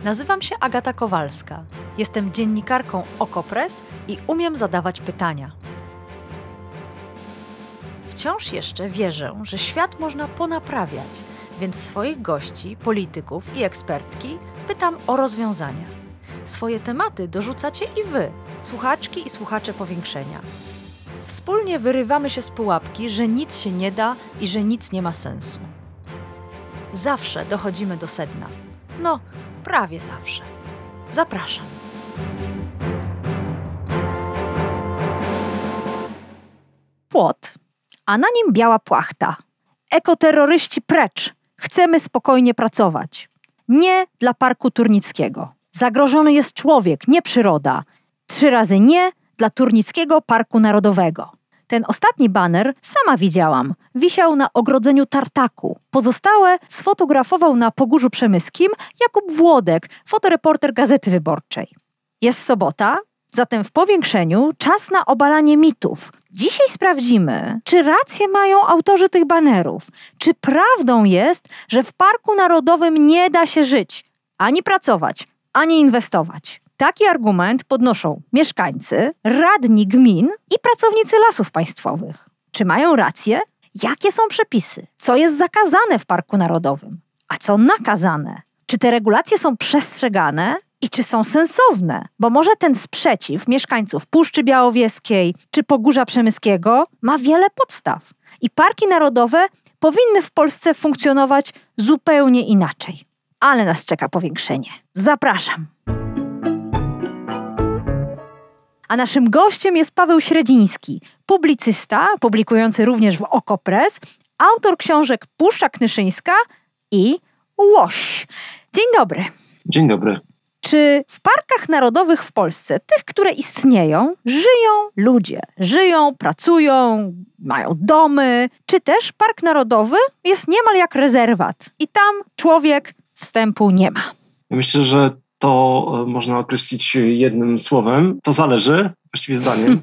Nazywam się Agata Kowalska. Jestem dziennikarką Okopres i umiem zadawać pytania. Wciąż jeszcze wierzę, że świat można ponaprawiać, więc swoich gości, polityków i ekspertki pytam o rozwiązania. Swoje tematy dorzucacie i wy, słuchaczki i słuchacze Powiększenia. Wspólnie wyrywamy się z pułapki, że nic się nie da i że nic nie ma sensu. Zawsze dochodzimy do sedna. No, prawie zawsze. Zapraszam. Płot, a na nim biała płachta. Ekoterroryści precz. Chcemy spokojnie pracować. Nie dla Parku Turnickiego. Zagrożony jest człowiek, nie przyroda. 3 razy nie dla Turnickiego Parku Narodowego. Ten ostatni baner sama widziałam. Wisiał na ogrodzeniu tartaku. Pozostałe sfotografował na Pogórzu Przemyskim Jakub Włodek, fotoreporter Gazety Wyborczej. Jest sobota, zatem w Powiększeniu czas na obalanie mitów. Dzisiaj sprawdzimy, czy rację mają autorzy tych banerów. Czy prawdą jest, że w Parku Narodowym nie da się żyć, ani pracować, ani inwestować. Taki argument podnoszą mieszkańcy, radni gmin i pracownicy lasów państwowych. Czy mają rację? Jakie są przepisy? Co jest zakazane w Parku Narodowym? A co nakazane? Czy te regulacje są przestrzegane? I czy są sensowne? Bo może ten sprzeciw mieszkańców Puszczy Białowieskiej czy Pogórza Przemyskiego ma wiele podstaw. I parki narodowe powinny w Polsce funkcjonować zupełnie inaczej. Ale nas czeka Powiększenie. Zapraszam! A naszym gościem jest Paweł Średziński, publicysta, publikujący również w Okopres, autor książek Puszcza Knyszyńska i Łoś. Dzień dobry. Dzień dobry. Czy w parkach narodowych w Polsce, tych, które istnieją, żyją ludzie? Żyją, pracują, mają domy? Czy też park narodowy jest niemal jak rezerwat i tam człowiek wstępu nie ma? Myślę, że to można określić jednym słowem. To zależy, właściwie zdaniem.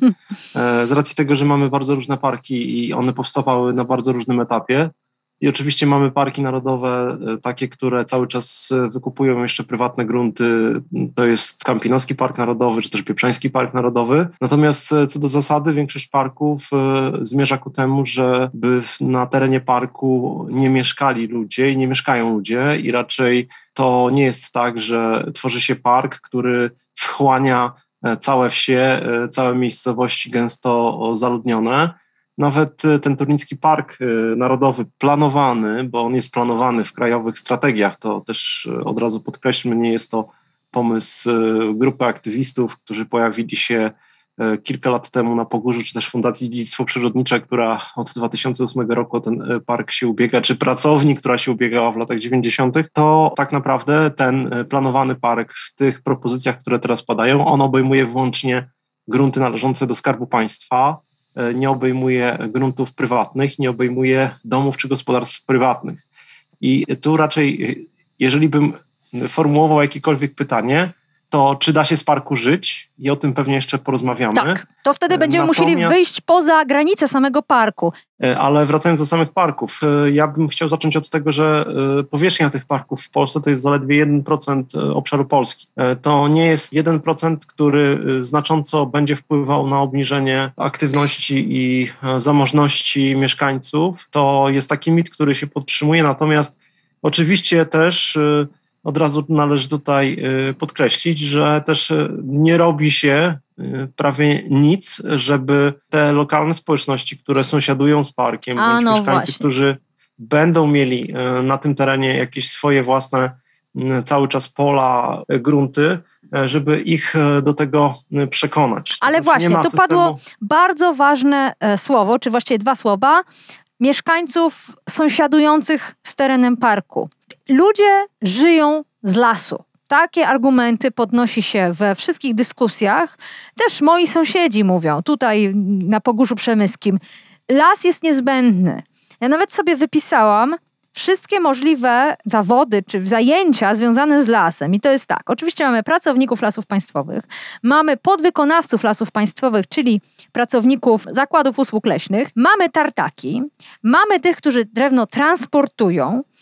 Z racji tego, że mamy bardzo różne parki i one powstawały na bardzo różnym etapie. I oczywiście mamy parki narodowe, takie, które cały czas wykupują jeszcze prywatne grunty. To jest Kampinoski Park Narodowy, czy też Pieprzański Park Narodowy. Natomiast co do zasady większość parków zmierza ku temu, żeby na terenie parku nie mieszkali ludzie i nie mieszkają ludzie i raczej to nie jest tak, że tworzy się park, który wchłania całe wsie, całe miejscowości gęsto zaludnione. Nawet ten Turnicki Park Narodowy planowany, bo on jest planowany w krajowych strategiach, to też od razu podkreślmy, nie jest to pomysł grupy aktywistów, którzy pojawili się kilka lat temu na Pogórzu, czy też Fundacji Dziedzictwo Przyrodnicze, która od 2008 roku o ten park się ubiega, czy pracowni, która się ubiegała w latach 90., to tak naprawdę ten planowany park w tych propozycjach, które teraz padają, on obejmuje wyłącznie grunty należące do Skarbu Państwa, nie obejmuje gruntów prywatnych, nie obejmuje domów czy gospodarstw prywatnych. I tu raczej, jeżeli bym formułował jakiekolwiek pytanie, to czy da się z parku żyć? I o tym pewnie jeszcze porozmawiamy. Tak, to wtedy będziemy musieli wyjść poza granice samego parku. Ale wracając do samych parków, ja bym chciał zacząć od tego, że powierzchnia tych parków w Polsce to jest zaledwie 1% obszaru Polski. To nie jest 1%, który znacząco będzie wpływał na obniżenie aktywności i zamożności mieszkańców. To jest taki mit, który się podtrzymuje, natomiast oczywiście też od razu należy tutaj podkreślić, że też nie robi się prawie nic, żeby te lokalne społeczności, które sąsiadują z parkiem, bądź mieszkańcy, którzy będą mieli na tym terenie jakieś swoje własne cały czas pola, grunty, żeby ich do tego przekonać. Ale właśnie, to padło bardzo ważne słowo, czy właściwie 2 słowa, mieszkańców sąsiadujących z terenem parku. Ludzie żyją z lasu. Takie argumenty podnosi się we wszystkich dyskusjach. Też moi sąsiedzi mówią, tutaj na Pogórzu Przemyskim, las jest niezbędny. Ja nawet sobie wypisałam wszystkie możliwe zawody czy zajęcia związane z lasem. I to jest tak, oczywiście mamy pracowników lasów państwowych, mamy podwykonawców lasów państwowych, czyli pracowników zakładów usług leśnych, mamy tartaki, mamy tych, którzy drewno transportują,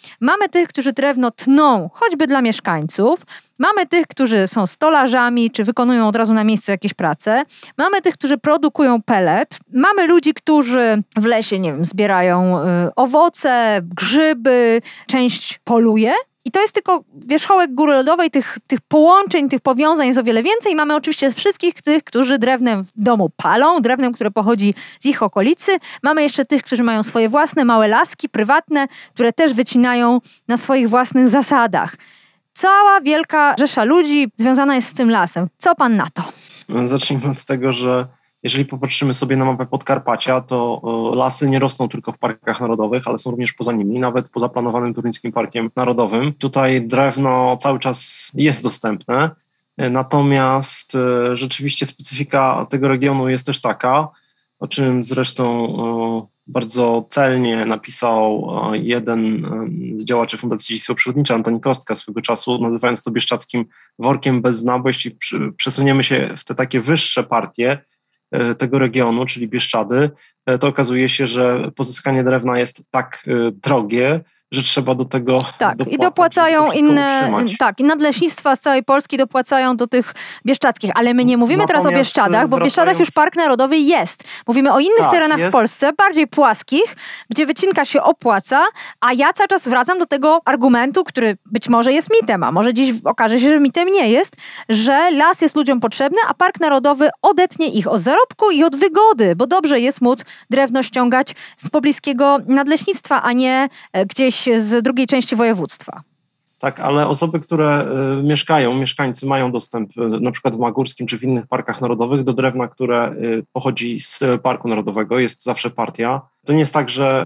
Mamy tych, którzy drewno tną, choćby dla mieszkańców. Mamy tych, którzy są stolarzami, czy wykonują od razu na miejscu jakieś prace. Mamy tych, którzy produkują pellet. Mamy ludzi, którzy w lesie, nie wiem, zbierają owoce, grzyby, część poluje. I to jest tylko wierzchołek góry lodowej, tych połączeń, tych powiązań jest o wiele więcej. Mamy oczywiście wszystkich tych, którzy drewnem w domu palą, drewnem, które pochodzi z ich okolicy. Mamy jeszcze tych, którzy mają swoje własne małe laski prywatne, które też wycinają na swoich własnych zasadach. Cała wielka rzesza ludzi związana jest z tym lasem. Co pan na to? Zacznijmy od tego, że jeżeli popatrzymy sobie na mapę Podkarpacia, to lasy nie rosną tylko w parkach narodowych, ale są również poza nimi, nawet poza planowanym Turyńskim Parkiem Narodowym. Tutaj drewno cały czas jest dostępne, natomiast rzeczywiście specyfika tego regionu jest też taka, o czym zresztą bardzo celnie napisał jeden z działaczy Fundacji Dziedzictwo Przyrodnicze, Antoni Kostka, swego czasu, nazywając to bieszczadzkim workiem bez dna, bo jeśli przesuniemy się w te takie wyższe partie tego regionu, czyli Bieszczady, to okazuje się, że pozyskanie drewna jest tak drogie, że trzeba do tego dopłacać, i dopłacają inne, utrzymać. i nadleśnictwa z całej Polski dopłacają do tych bieszczadzkich, ale my nie mówimy teraz o Bieszczadach, bo w Bieszczadach już Park Narodowy jest. Mówimy o innych terenach w Polsce, bardziej płaskich, gdzie wycinka się opłaca, a ja cały czas wracam do tego argumentu, który być może jest mitem, a może dziś okaże się, że mitem nie jest, że las jest ludziom potrzebny, a Park Narodowy odetnie ich od zarobku i od wygody, bo dobrze jest móc drewno ściągać z pobliskiego nadleśnictwa, a nie gdzieś z drugiej części województwa. Tak, ale osoby, które mieszkańcy mają dostęp na przykład w Magórskim czy w innych parkach narodowych do drewna, które pochodzi z Parku Narodowego, jest zawsze partia. To nie jest tak, że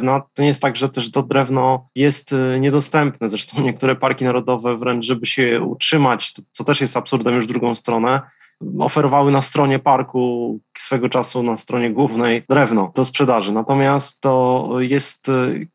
też to drewno jest niedostępne. Zresztą niektóre parki narodowe wręcz, żeby się utrzymać, co też jest absurdem już w drugą stronę, oferowały na stronie parku swego czasu, na stronie głównej drewno do sprzedaży. Natomiast to jest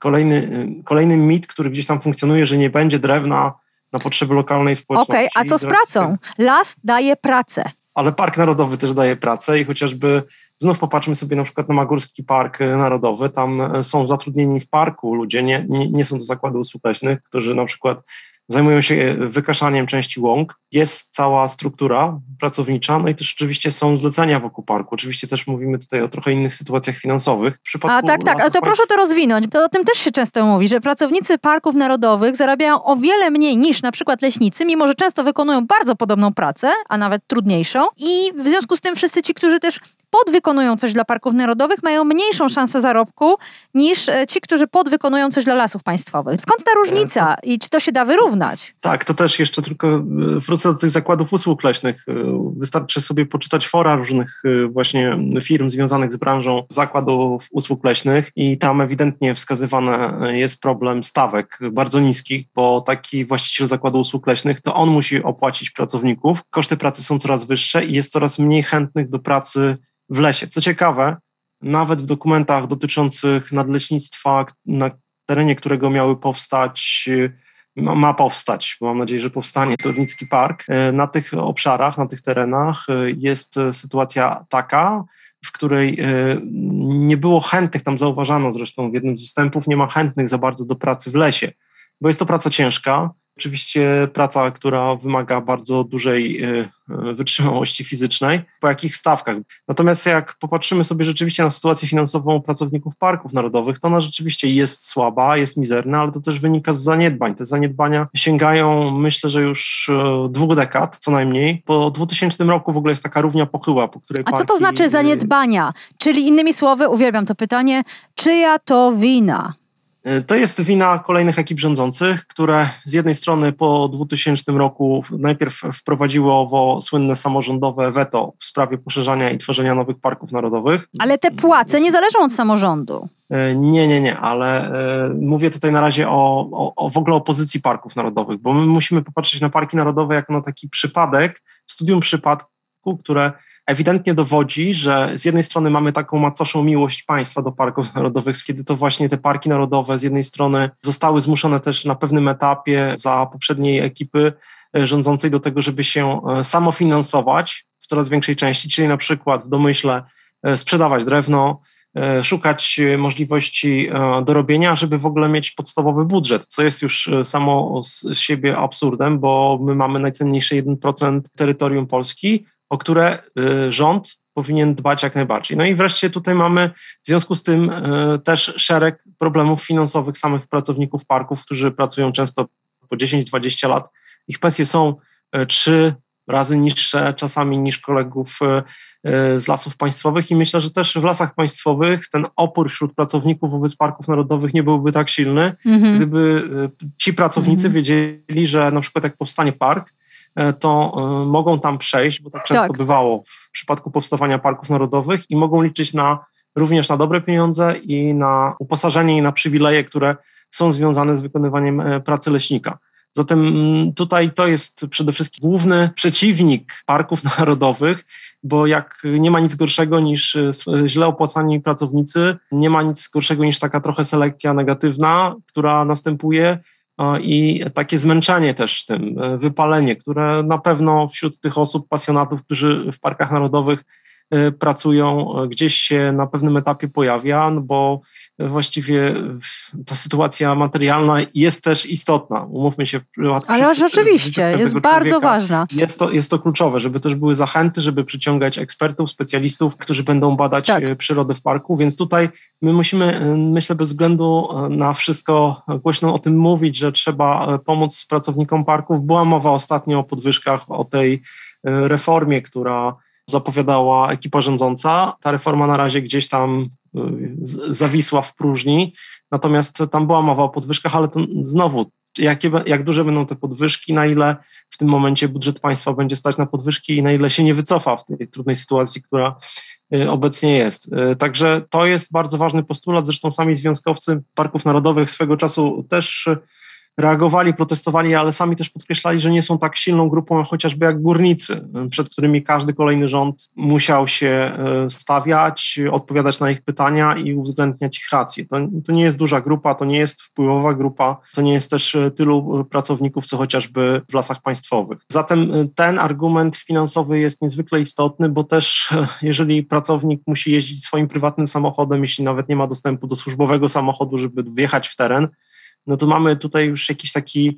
kolejny mit, który gdzieś tam funkcjonuje, że nie będzie drewna na potrzeby lokalnej społeczności. Okej, a co z pracą? Las daje pracę. Ale Park Narodowy też daje pracę i chociażby znów popatrzmy sobie na przykład na Magórski Park Narodowy. Tam są zatrudnieni w parku ludzie, nie są to zakłady usług leśnych, którzy na przykład zajmują się wykaszaniem części łąk. Jest cała struktura pracownicza, no i też oczywiście są zlecenia wokół parku. Oczywiście też mówimy tutaj o trochę innych sytuacjach finansowych. W przypadku tak, ale to proszę to rozwinąć. To o tym też się często mówi, że pracownicy parków narodowych zarabiają o wiele mniej niż na przykład leśnicy, mimo że często wykonują bardzo podobną pracę, a nawet trudniejszą. I w związku z tym wszyscy ci, którzy też podwykonują coś dla parków narodowych, mają mniejszą szansę zarobku niż ci, którzy podwykonują coś dla lasów państwowych. Skąd ta różnica i czy to się da wyrównać? Tak, to też jeszcze tylko wrócę do tych zakładów usług leśnych. Wystarczy sobie poczytać fora różnych właśnie firm związanych z branżą zakładów usług leśnych i tam ewidentnie wskazywany jest problem stawek bardzo niskich, bo taki właściciel zakładu usług leśnych, to on musi opłacić pracowników. Koszty pracy są coraz wyższe i jest coraz mniej chętnych do pracy w lesie. Co ciekawe, nawet w dokumentach dotyczących nadleśnictwa, na terenie którego ma powstać, bo mam nadzieję, że powstanie Turnicki Park, na tych obszarach, na tych terenach jest sytuacja taka, w której nie było chętnych, tam zauważano zresztą w jednym z ustępów, nie ma chętnych za bardzo do pracy w lesie, bo jest to praca ciężka, oczywiście praca, która wymaga bardzo dużej wytrzymałości fizycznej. Po jakich stawkach? Natomiast jak popatrzymy sobie rzeczywiście na sytuację finansową pracowników parków narodowych, to ona rzeczywiście jest słaba, jest mizerna, ale to też wynika z zaniedbań. Te zaniedbania sięgają, myślę, że już 2 dekad co najmniej. Po 2000 roku w ogóle jest taka równia pochyła, po której A co to znaczy zaniedbania? Czyli innymi słowy, uwielbiam to pytanie, czyja to wina? To jest wina kolejnych ekip rządzących, które z jednej strony po 2000 roku najpierw wprowadziło owo słynne samorządowe weto w sprawie poszerzania i tworzenia nowych parków narodowych. Ale te płace nie zależą od samorządu. Nie, ale mówię tutaj na razie w ogóle o pozycji parków narodowych, bo my musimy popatrzeć na parki narodowe jako na taki przypadek, studium przypadku, które ewidentnie dowodzi, że z jednej strony mamy taką macoszą miłość państwa do parków narodowych, kiedy to właśnie te parki narodowe z jednej strony zostały zmuszone też na pewnym etapie za poprzedniej ekipy rządzącej do tego, żeby się samofinansować w coraz większej części, czyli na przykład w domyśle sprzedawać drewno, szukać możliwości dorobienia, żeby w ogóle mieć podstawowy budżet, co jest już samo z siebie absurdem, bo my mamy najcenniejsze 1% terytorium Polski, o które rząd powinien dbać jak najbardziej. No i wreszcie tutaj mamy w związku z tym też szereg problemów finansowych samych pracowników parków, którzy pracują często po 10-20 lat. Ich pensje są 3 razy niższe czasami niż kolegów z Lasów Państwowych i myślę, że też w Lasach Państwowych ten opór wśród pracowników wobec parków narodowych nie byłby tak silny, gdyby ci pracownicy wiedzieli, że na przykład jak powstanie park, to mogą tam przejść, bo tak często bywało w przypadku powstawania parków narodowych i mogą liczyć również na dobre pieniądze i na uposażenie i na przywileje, które są związane z wykonywaniem pracy leśnika. Zatem tutaj to jest przede wszystkim główny przeciwnik parków narodowych, bo jak nie ma nic gorszego niż źle opłacani pracownicy, nie ma nic gorszego niż taka trochę selekcja negatywna, która następuje i takie zmęczenie też tym, wypalenie, które na pewno wśród tych osób, pasjonatów, którzy w parkach narodowych pracują, gdzieś się na pewnym etapie pojawia, no bo właściwie ta sytuacja materialna jest też istotna. Umówmy się. Ale rzeczywiście, jest bardzo ważna. Jest to kluczowe, żeby też były zachęty, żeby przyciągać ekspertów, specjalistów, którzy będą badać przyrodę w parku, więc tutaj my musimy, myślę, bez względu na wszystko głośno o tym mówić, że trzeba pomóc pracownikom parków. Była mowa ostatnio o podwyżkach, o tej reformie, która zapowiadała ekipa rządząca. Ta reforma na razie gdzieś tam zawisła w próżni, natomiast tam była mowa o podwyżkach, ale to znowu, jak duże będą te podwyżki, na ile w tym momencie budżet państwa będzie stać na podwyżki i na ile się nie wycofa w tej trudnej sytuacji, która obecnie jest. Także to jest bardzo ważny postulat, zresztą sami związkowcy parków narodowych swego czasu też reagowali, protestowali, ale sami też podkreślali, że nie są tak silną grupą chociażby jak górnicy, przed którymi każdy kolejny rząd musiał się stawiać, odpowiadać na ich pytania i uwzględniać ich racje. To nie jest duża grupa, to nie jest wpływowa grupa, to nie jest też tylu pracowników, co chociażby w Lasach Państwowych. Zatem ten argument finansowy jest niezwykle istotny, bo też jeżeli pracownik musi jeździć swoim prywatnym samochodem, jeśli nawet nie ma dostępu do służbowego samochodu, żeby wjechać w teren, no to mamy tutaj już jakiś taki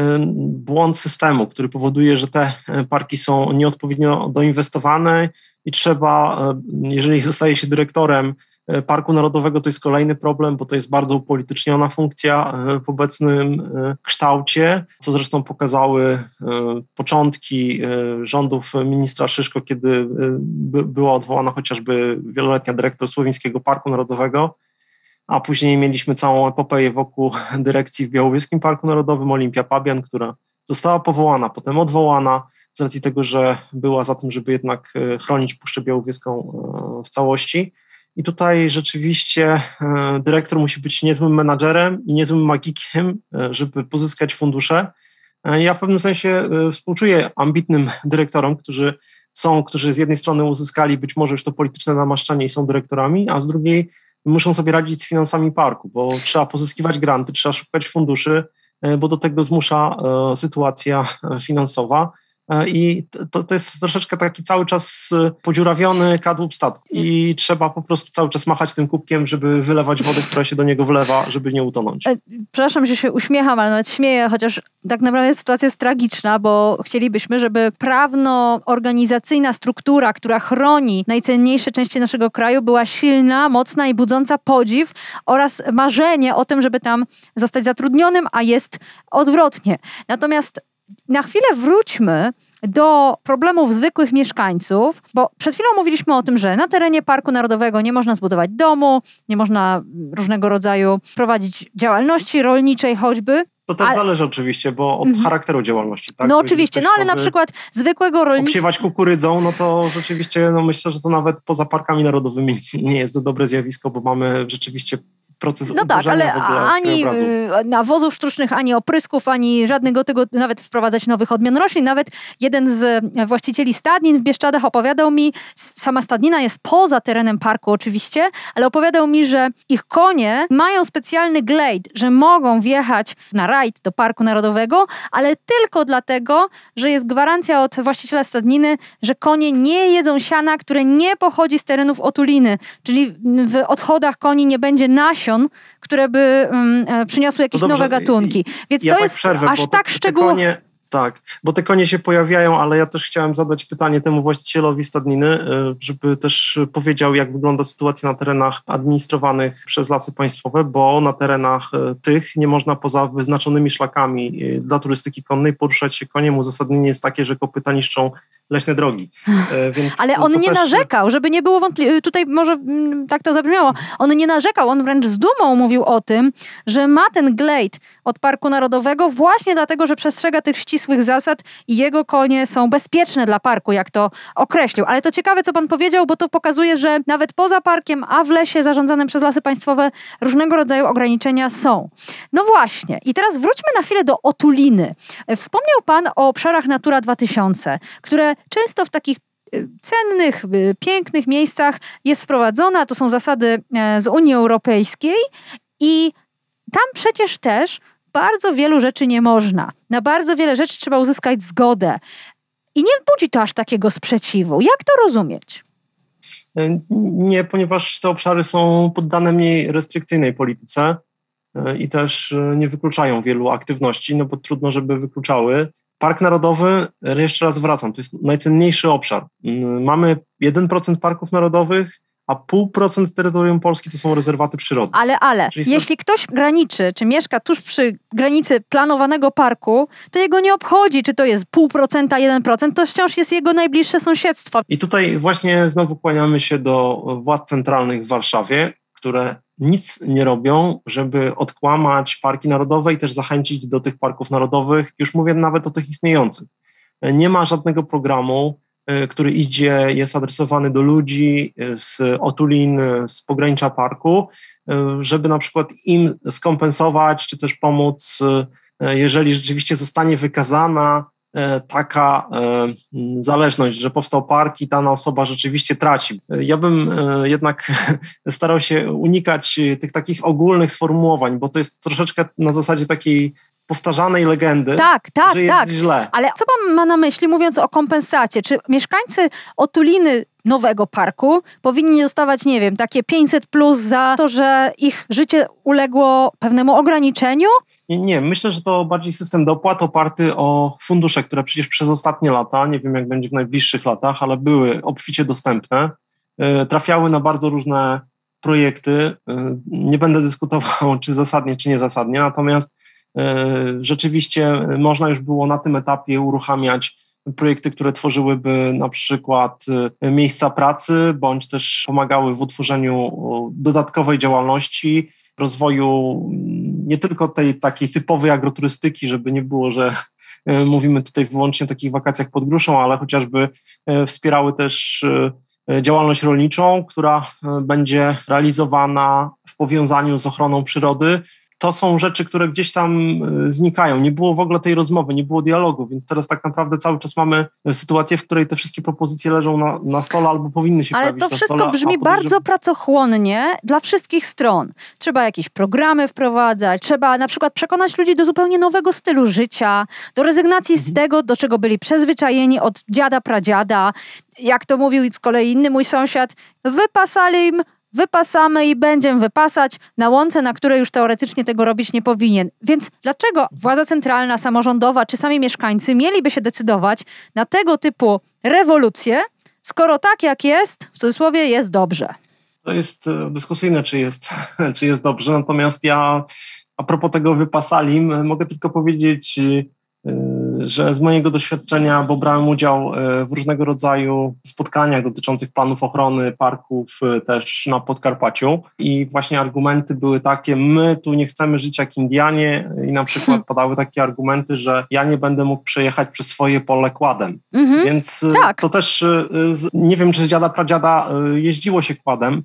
błąd systemu, który powoduje, że te parki są nieodpowiednio doinwestowane i trzeba, jeżeli zostaje się dyrektorem Parku Narodowego, to jest kolejny problem, bo to jest bardzo upolityczniona funkcja w obecnym kształcie, co zresztą pokazały początki rządów ministra Szyszko, kiedy była odwołana chociażby wieloletnia dyrektor Słowińskiego Parku Narodowego, a później mieliśmy całą epopeję wokół dyrekcji w Białowieskim Parku Narodowym, Olimpia Pabian, która została powołana, potem odwołana z racji tego, że była za tym, żeby jednak chronić Puszczę Białowieską w całości. I tutaj rzeczywiście dyrektor musi być niezłym menadżerem i niezłym magikiem, żeby pozyskać fundusze. Ja w pewnym sensie współczuję ambitnym dyrektorom, którzy z jednej strony uzyskali być może już to polityczne namaszczenie i są dyrektorami, a z drugiej muszą sobie radzić z finansami parku, bo trzeba pozyskiwać granty, trzeba szukać funduszy, bo do tego zmusza sytuacja finansowa. I to jest troszeczkę taki cały czas podziurawiony kadłub statku i trzeba po prostu cały czas machać tym kubkiem, żeby wylewać wodę, która się do niego wlewa, żeby nie utonąć. Przepraszam, że się uśmiecham, ale nawet śmieję, chociaż tak naprawdę sytuacja jest tragiczna, bo chcielibyśmy, żeby prawno-organizacyjna struktura, która chroni najcenniejsze części naszego kraju, była silna, mocna i budząca podziw oraz marzenie o tym, żeby tam zostać zatrudnionym, a jest odwrotnie. Natomiast na chwilę wróćmy do problemów zwykłych mieszkańców, bo przed chwilą mówiliśmy o tym, że na terenie Parku Narodowego nie można zbudować domu, nie można różnego rodzaju prowadzić działalności rolniczej choćby. To też zależy oczywiście, bo od charakteru działalności. Tak? No oczywiście, ale na przykład zwykłego rolnictwa... Obsiewać kukurydzą, no to rzeczywiście myślę, że to nawet poza parkami narodowymi nie jest to dobre zjawisko, bo mamy rzeczywiście proces No tak, ale uderzenia w ogóle ani krajobrazu. nawozów sztucznych, ani oprysków, ani żadnego tego, nawet wprowadzać nowych odmian roślin. Nawet jeden z właścicieli stadnin w Bieszczadach opowiadał mi, sama stadnina jest poza terenem parku oczywiście, ale opowiadał mi, że ich konie mają specjalny glejt, że mogą wjechać na rajd do Parku Narodowego, ale tylko dlatego, że jest gwarancja od właściciela stadniny, że konie nie jedzą siana, które nie pochodzi z terenów otuliny, czyli w odchodach koni nie będzie nasion, które by przyniosły jakieś nowe gatunki. Więc ja to tak jest przerwę, aż bo tak szczególne. Tak, bo te konie się pojawiają, ale ja też chciałem zadać pytanie temu właścicielowi stadniny, żeby też powiedział, jak wygląda sytuacja na terenach administrowanych przez Lasy Państwowe, bo na terenach tych nie można poza wyznaczonymi szlakami dla turystyki konnej poruszać się koniem. Uzasadnienie jest takie, że kopyta niszczą leśne drogi. Więc Ale on nie narzekał, żeby nie było wątpliwości. Tutaj może tak to zabrzmiało. On nie narzekał, on wręcz z dumą mówił o tym, że ma ten glejt od Parku Narodowego właśnie dlatego, że przestrzega tych ścisłych zasad i jego konie są bezpieczne dla parku, jak to określił. Ale to ciekawe, co pan powiedział, bo to pokazuje, że nawet poza parkiem, a w lesie zarządzanym przez Lasy Państwowe różnego rodzaju ograniczenia są. No właśnie. I teraz wróćmy na chwilę do otuliny. Wspomniał pan o obszarach Natura 2000, które często w takich cennych, pięknych miejscach jest wprowadzona. To są zasady z Unii Europejskiej i tam przecież też bardzo wielu rzeczy nie można. Na bardzo wiele rzeczy trzeba uzyskać zgodę. I nie budzi to aż takiego sprzeciwu. Jak to rozumieć? Nie, ponieważ te obszary są poddane mniej restrykcyjnej polityce i też nie wykluczają wielu aktywności, no bo trudno, żeby wykluczały. Park Narodowy, jeszcze raz wracam, to jest najcenniejszy obszar. Mamy 1% parków narodowych, a 0,5% terytorium Polski to są rezerwaty przyrody. Ale, jeśli ktoś graniczy, czy mieszka tuż przy granicy planowanego parku, to jego nie obchodzi, czy to jest 0,5%, 1%, to wciąż jest jego najbliższe sąsiedztwo. I tutaj właśnie znowu kłaniamy się do władz centralnych w Warszawie, które nic nie robią, żeby odkłamać parki narodowe i też zachęcić do tych parków narodowych. Już mówię nawet o tych istniejących. Nie ma żadnego programu, który jest adresowany do ludzi z otulin, z pogranicza parku, żeby na przykład im skompensować, czy też pomóc, jeżeli rzeczywiście zostanie wykazana taka zależność, że powstał park i dana osoba rzeczywiście traci. Ja bym jednak starał się unikać tych takich ogólnych sformułowań, bo to jest troszeczkę na zasadzie takiej powtarzanej legendy, że jest źle. Ale co pan ma na myśli, mówiąc o kompensacie? Czy mieszkańcy otuliny nowego parku powinni dostawać, nie wiem, takie 500+ za to, że ich życie uległo pewnemu ograniczeniu? Nie, myślę, że to bardziej system dopłat oparty o fundusze, które przecież przez ostatnie lata, nie wiem jak będzie w najbliższych latach, ale były obficie dostępne, trafiały na bardzo różne projekty. Nie będę dyskutował, czy zasadnie, czy niezasadnie, natomiast rzeczywiście można już było na tym etapie uruchamiać projekty, które tworzyłyby na przykład miejsca pracy, bądź też pomagały w utworzeniu dodatkowej działalności, rozwoju nie tylko tej takiej typowej agroturystyki, żeby nie było, że mówimy tutaj wyłącznie o takich wakacjach pod gruszą, ale chociażby wspierały też działalność rolniczą, która będzie realizowana w powiązaniu z ochroną przyrody. To są rzeczy, które gdzieś tam znikają. Nie było w ogóle tej rozmowy, nie było dialogu, więc teraz tak naprawdę cały czas mamy sytuację, w której te wszystkie propozycje leżą na stole albo powinny się pojawić na stole. Ale to wszystko brzmi bardzo pracochłonnie dla wszystkich stron. Trzeba jakieś programy wprowadzać, trzeba na przykład przekonać ludzi do zupełnie nowego stylu życia, do rezygnacji z tego, do czego byli przyzwyczajeni od dziada, pradziada. Jak to mówił z kolei inny mój sąsiad, wypasamy i będziemy wypasać na łące, na której już teoretycznie tego robić nie powinien. Więc dlaczego władza centralna, samorządowa czy sami mieszkańcy mieliby się decydować na tego typu rewolucje, skoro tak jak jest, w cudzysłowie, jest dobrze? To jest dyskusyjne, czy jest dobrze, natomiast ja a propos tego wypasalim mogę tylko powiedzieć że z mojego doświadczenia, bo brałem udział w różnego rodzaju spotkaniach dotyczących planów ochrony parków też na Podkarpaciu i właśnie argumenty były takie, my tu nie chcemy żyć jak Indianie i na przykład padały takie argumenty, że ja nie będę mógł przejechać przez swoje pole kładem. Więc tak. To też nie wiem, czy z dziada pradziada jeździło się kładem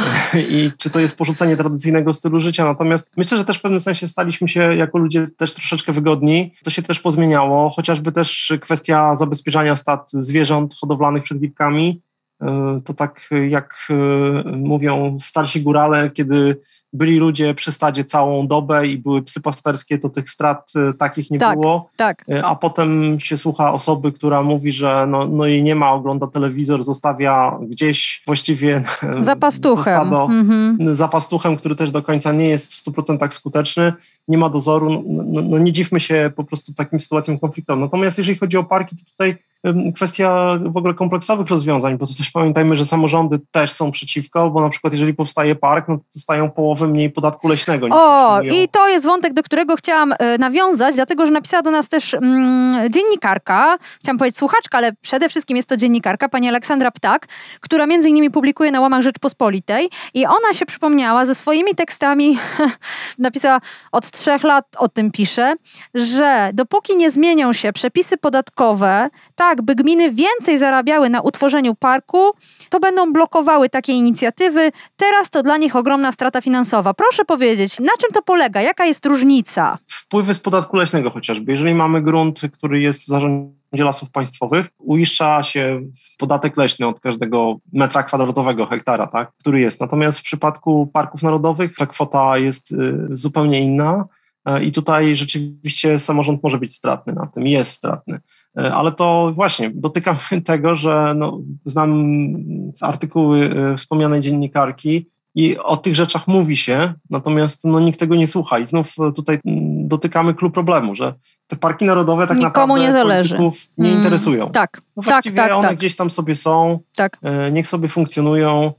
i czy to jest porzucenie tradycyjnego stylu życia, natomiast myślę, że też w pewnym sensie staliśmy się jako ludzie też troszeczkę wygodni. To się też pozmieniało, chociażby też kwestia zabezpieczania stad zwierząt hodowlanych przed wilkami. To tak jak mówią starsi górale, kiedy byli ludzie przy stadzie całą dobę i były psy pasterskie, to tych strat takich nie było. Tak. A potem się słucha osoby, która mówi, że no jej nie ma, ogląda telewizor, zostawia gdzieś właściwie za pastuchem. Za pastuchem, który też do końca nie jest w 100% skuteczny, nie ma dozoru. No nie dziwmy się po prostu takim sytuacjom konfliktowym. Natomiast jeżeli chodzi o parki, to tutaj kwestia w ogóle kompleksowych rozwiązań, bo to też pamiętajmy, że samorządy też są przeciwko, bo na przykład jeżeli powstaje park, no to dostają połowę mniej podatku leśnego. I to jest wątek, do którego chciałam nawiązać, dlatego, że napisała do nas też dziennikarka, chciałam powiedzieć słuchaczka, ale przede wszystkim jest to dziennikarka, pani Aleksandra Ptak, która między innymi publikuje na łamach Rzeczpospolitej i ona się przypomniała ze swoimi tekstami, napisała od 3 lat o tym pisze, że dopóki nie zmienią się przepisy podatkowe, tak, by gminy więcej zarabiały na utworzeniu parku, to będą blokowały takie inicjatywy. Teraz to dla nich ogromna strata finansowa. Proszę powiedzieć, na czym to polega? Jaka jest różnica? Wpływy z podatku leśnego chociażby. Jeżeli mamy grunt, który jest w zarządzie Lasów Państwowych, uiszcza się podatek leśny od każdego metra kwadratowego, hektara, tak, który jest. Natomiast w przypadku parków narodowych ta kwota jest zupełnie inna i tutaj rzeczywiście samorząd może być stratny na tym, jest stratny. Ale to właśnie dotykamy tego, że znam artykuły wspomnianej dziennikarki i o tych rzeczach mówi się, natomiast nikt tego nie słucha i znów tutaj dotykamy clou problemu, że te parki narodowe tak nikomu naprawdę nie zależy. Polityków nie interesują. Tak, właściwie one gdzieś tam sobie są, niech sobie funkcjonują.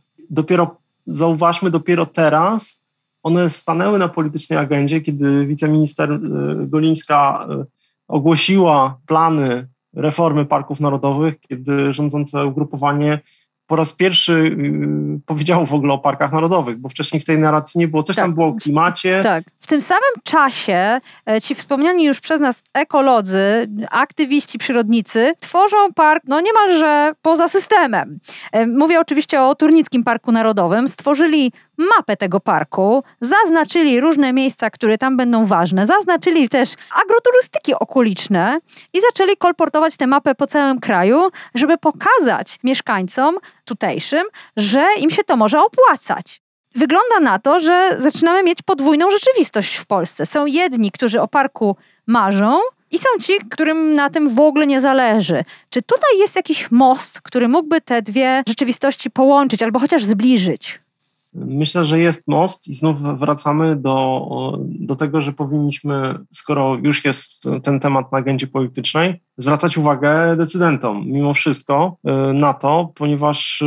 Dopiero teraz one stanęły na politycznej agendzie, kiedy wiceminister Golińska ogłosiła plany reformy parków narodowych, kiedy rządzące ugrupowanie po raz pierwszy powiedziało w ogóle o parkach narodowych, bo wcześniej w tej narracji nie było. Coś tam było o klimacie. Tak. W tym samym czasie ci wspomniani już przez nas ekolodzy, aktywiści przyrodnicy tworzą park niemalże poza systemem. Mówię oczywiście o Turnickim Parku Narodowym. Stworzyli mapę tego parku, zaznaczyli różne miejsca, które tam będą ważne, zaznaczyli też agroturystyki okoliczne i zaczęli kolportować tę mapę po całym kraju, żeby pokazać mieszkańcom tutejszym, że im się to może opłacać. Wygląda na to, że zaczynamy mieć podwójną rzeczywistość w Polsce. Są jedni, którzy o parku marzą i są ci, którym na tym w ogóle nie zależy. Czy tutaj jest jakiś most, który mógłby te dwie rzeczywistości połączyć albo chociaż zbliżyć? Myślę, że jest most i znów wracamy do tego, że powinniśmy, skoro już jest ten temat na agendzie politycznej, zwracać uwagę decydentom mimo wszystko na to, ponieważ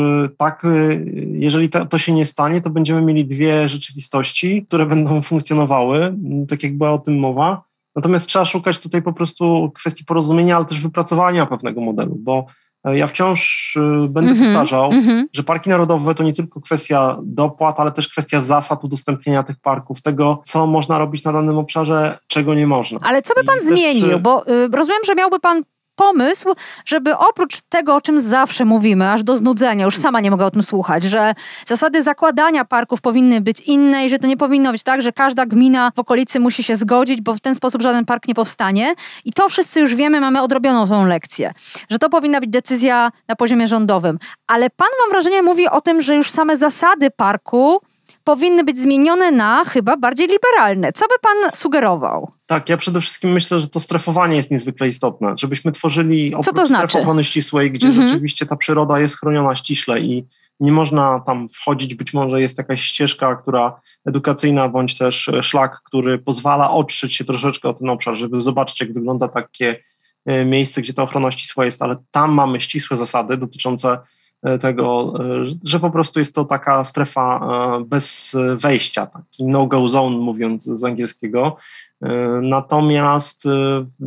jeżeli to się nie stanie, to będziemy mieli dwie rzeczywistości, które będą funkcjonowały, tak jak była o tym mowa. Natomiast trzeba szukać tutaj po prostu kwestii porozumienia, ale też wypracowania pewnego modelu, bo ja wciąż będę powtarzał, że parki narodowe to nie tylko kwestia dopłat, ale też kwestia zasad udostępnienia tych parków, tego, co można robić na danym obszarze, czego nie można. Ale co by pan zmienił? Bo rozumiem, że miałby pan pomysł, żeby oprócz tego, o czym zawsze mówimy, aż do znudzenia, już sama nie mogę o tym słuchać, że zasady zakładania parków powinny być inne i że to nie powinno być tak, że każda gmina w okolicy musi się zgodzić, bo w ten sposób żaden park nie powstanie. I to wszyscy już wiemy, mamy odrobioną tą lekcję, że to powinna być decyzja na poziomie rządowym. Ale pan, mam wrażenie, mówi o tym, że już same zasady parku powinny być zmienione na chyba bardziej liberalne. Co by pan sugerował? Tak, ja przede wszystkim myślę, że to strefowanie jest niezwykle istotne, żebyśmy tworzyli oprócz stref ochrony ścisłej, gdzie rzeczywiście ta przyroda jest chroniona ściśle i nie można tam wchodzić, być może jest jakaś ścieżka, edukacyjna, bądź też szlak, który pozwala otrzeć się troszeczkę o ten obszar, żeby zobaczyć, jak wygląda takie miejsce, gdzie ta ochrona ścisła jest, ale tam mamy ścisłe zasady dotyczące tego, że po prostu jest to taka strefa bez wejścia, taki no-go zone, mówiąc z angielskiego. Natomiast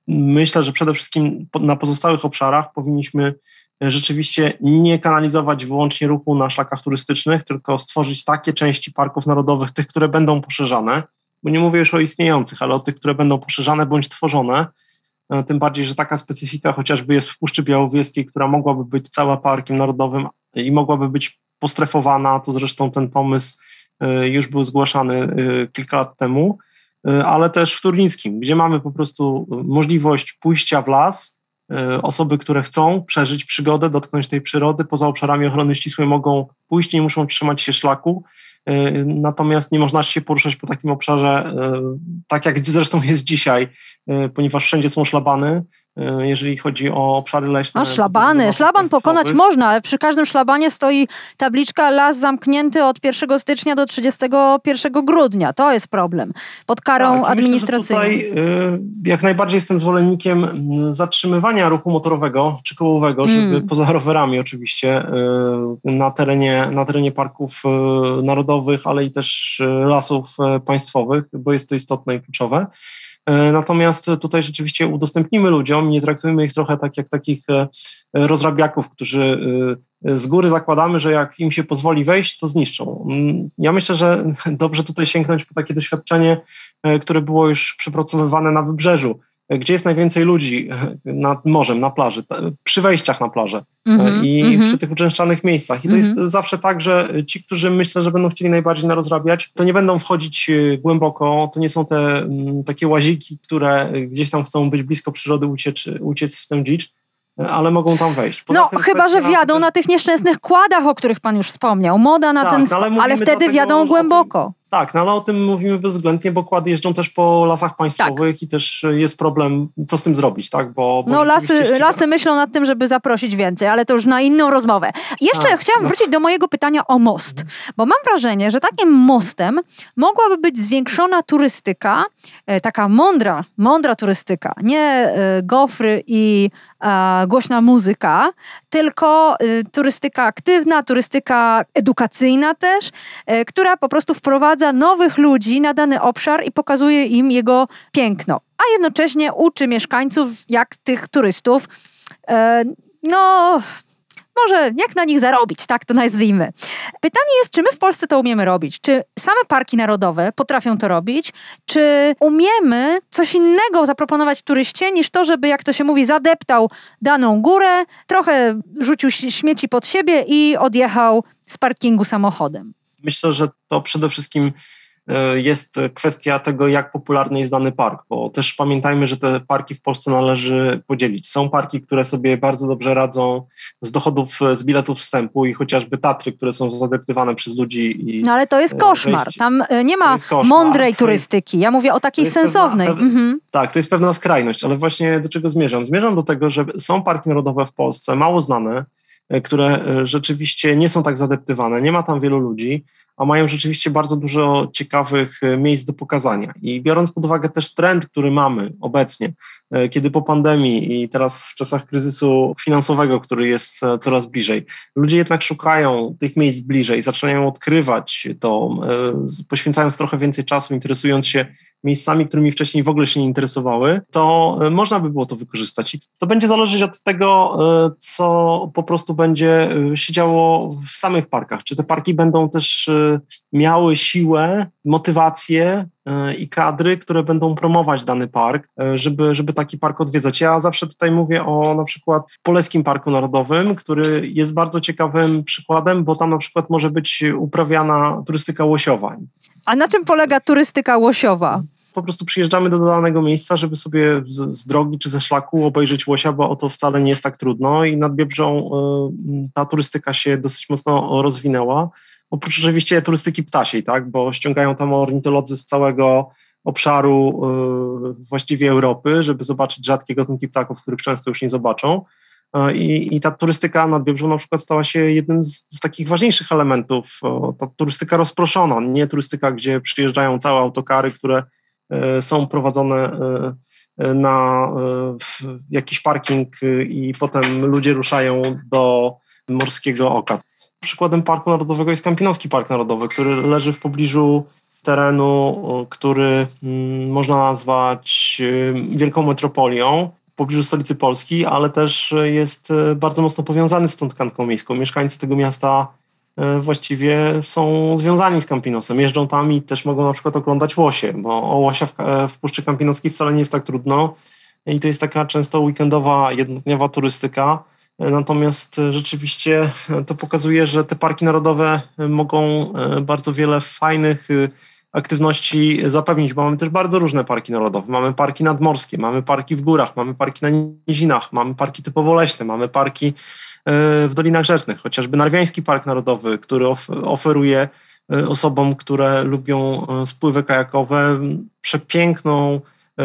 myślę, że przede wszystkim na pozostałych obszarach powinniśmy rzeczywiście nie kanalizować wyłącznie ruchu na szlakach turystycznych, tylko stworzyć takie części parków narodowych, tych, które będą poszerzane, bo nie mówię już o istniejących, ale o tych, które będą poszerzane bądź tworzone, tym bardziej, że taka specyfika chociażby jest w Puszczy Białowieskiej, która mogłaby być cała parkiem narodowym i mogłaby być postrefowana, to zresztą ten pomysł już był zgłaszany kilka lat temu, ale też w Turnickim, gdzie mamy po prostu możliwość pójścia w las. Osoby, które chcą przeżyć przygodę, dotknąć tej przyrody, poza obszarami ochrony ścisłej mogą pójść, nie muszą trzymać się szlaku, natomiast nie można się poruszać po takim obszarze, tak jak zresztą jest dzisiaj, ponieważ wszędzie są szlabany, jeżeli chodzi o obszary leśne. A szlabany, szlaban pokonać można, ale przy każdym szlabanie stoi tabliczka las zamknięty od 1 stycznia do 31 grudnia. To jest problem. Pod karą administracyjną. Myślę, że tutaj jak najbardziej jestem zwolennikiem zatrzymywania ruchu motorowego czy kołowego, żeby poza rowerami oczywiście na terenie parków narodowych, ale i też lasów państwowych, bo jest to istotne i kluczowe. Natomiast tutaj rzeczywiście udostępnimy ludziom, nie traktujmy ich trochę tak jak takich rozrabiaków, którzy z góry zakładamy, że jak im się pozwoli wejść, to zniszczą. Ja myślę, że dobrze tutaj sięgnąć po takie doświadczenie, które było już przepracowywane na Wybrzeżu, gdzie jest najwięcej ludzi nad morzem, na plaży, przy wejściach na plażę i przy tych uczęszczanych miejscach. I to jest zawsze tak, że ci, którzy myślę, że będą chcieli najbardziej narozrabiać, to nie będą wchodzić głęboko, to nie są te takie łaziki, które gdzieś tam chcą być blisko przyrody, uciec w tę dzicz, ale mogą tam wejść. Poza tym chyba, że wjadą na tych nieszczęsnych kładach, o których pan już wspomniał. Moda na ten... ale wtedy wjadą głęboko. Tak, ale o tym mówimy bezwzględnie, bo kłady jeżdżą też po lasach państwowych i też jest problem, co z tym zrobić, tak? Bo lasy myślą nad tym, żeby zaprosić więcej, ale to już na inną rozmowę. Jeszcze chciałam wrócić do mojego pytania o most, bo mam wrażenie, że takim mostem mogłaby być zwiększona turystyka, taka mądra turystyka, nie gofry i głośna muzyka, tylko turystyka aktywna, turystyka edukacyjna też, która po prostu wprowadza nowych ludzi na dany obszar i pokazuje im jego piękno, a jednocześnie uczy mieszkańców, jak tych turystów, może jak na nich zarobić, tak to nazwijmy. Pytanie jest, czy my w Polsce to umiemy robić? Czy same parki narodowe potrafią to robić? Czy umiemy coś innego zaproponować turyście, niż to, żeby, jak to się mówi, zadeptał daną górę, trochę rzucił śmieci pod siebie i odjechał z parkingu samochodem? Myślę, że to przede wszystkim jest kwestia tego, jak popularny jest dany park, bo też pamiętajmy, że te parki w Polsce należy podzielić. Są parki, które sobie bardzo dobrze radzą z dochodów z biletów wstępu i chociażby Tatry, które są zadeptywane przez ludzi. Ale to jest koszmar. Tam nie ma mądrej turystyki. Ja mówię o takiej sensownej. Tak, to jest pewna skrajność, ale właśnie do czego zmierzam? Zmierzam do tego, że są parki narodowe w Polsce, mało znane, które rzeczywiście nie są tak zadeptywane, nie ma tam wielu ludzi, a mają rzeczywiście bardzo dużo ciekawych miejsc do pokazania. I biorąc pod uwagę też trend, który mamy obecnie, kiedy po pandemii i teraz w czasach kryzysu finansowego, który jest coraz bliżej, ludzie jednak szukają tych miejsc bliżej, zaczynają odkrywać to, poświęcając trochę więcej czasu, interesując się miejscami, którymi wcześniej w ogóle się nie interesowały, to można by było to wykorzystać. I to będzie zależeć od tego, co po prostu będzie się działo w samych parkach. Czy te parki będą też miały siłę, motywację i kadry, które będą promować dany park, żeby taki park odwiedzać. Ja zawsze tutaj mówię o na przykład Poleskim Parku Narodowym, który jest bardzo ciekawym przykładem, bo tam na przykład może być uprawiana turystyka łosiowa. A na czym polega turystyka łosiowa? Po prostu przyjeżdżamy do danego miejsca, żeby sobie z drogi czy ze szlaku obejrzeć łosia, bo o to wcale nie jest tak trudno i nad Biebrżą ta turystyka się dosyć mocno rozwinęła. Oprócz oczywiście turystyki ptasiej, tak, bo ściągają tam ornitolodzy z całego obszaru właściwie Europy, żeby zobaczyć rzadkie gatunki ptaków, których często już nie zobaczą. I ta turystyka nad Biebrżą na przykład stała się jednym z takich ważniejszych elementów. Ta turystyka rozproszona, nie turystyka, gdzie przyjeżdżają całe autokary, które są prowadzone na jakiś parking i potem ludzie ruszają do Morskiego Oka. Przykładem Parku Narodowego jest Kampinoski Park Narodowy, który leży w pobliżu terenu, który można nazwać wielką metropolią w pobliżu stolicy Polski, ale też jest bardzo mocno powiązany z tą tkanką miejską. Mieszkańcy tego miasta właściwie są związani z Campinosem. Jeżdżą tam i też mogą na przykład oglądać łosie, bo o łosia w Puszczy Campinoskiej wcale nie jest tak trudno i to jest taka często weekendowa, jednodniowa turystyka. Natomiast rzeczywiście to pokazuje, że te parki narodowe mogą bardzo wiele fajnych aktywności zapewnić, bo mamy też bardzo różne parki narodowe. Mamy parki nadmorskie, mamy parki w górach, mamy parki na nizinach, mamy parki typowo leśne, mamy parki w Dolinach Rzecznych, chociażby Narwiański Park Narodowy, który oferuje osobom, które lubią spływy kajakowe, przepiękną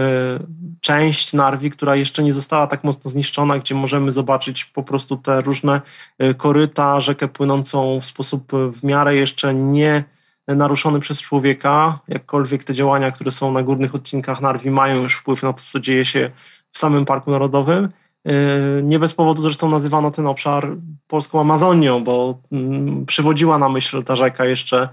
część Narwi, która jeszcze nie została tak mocno zniszczona, gdzie możemy zobaczyć po prostu te różne koryta, rzekę płynącą w sposób w miarę jeszcze nie naruszony przez człowieka, jakkolwiek te działania, które są na górnych odcinkach Narwi, mają już wpływ na to, co dzieje się w samym Parku Narodowym. Nie bez powodu zresztą nazywano ten obszar polską Amazonią, bo przywodziła na myśl ta rzeka jeszcze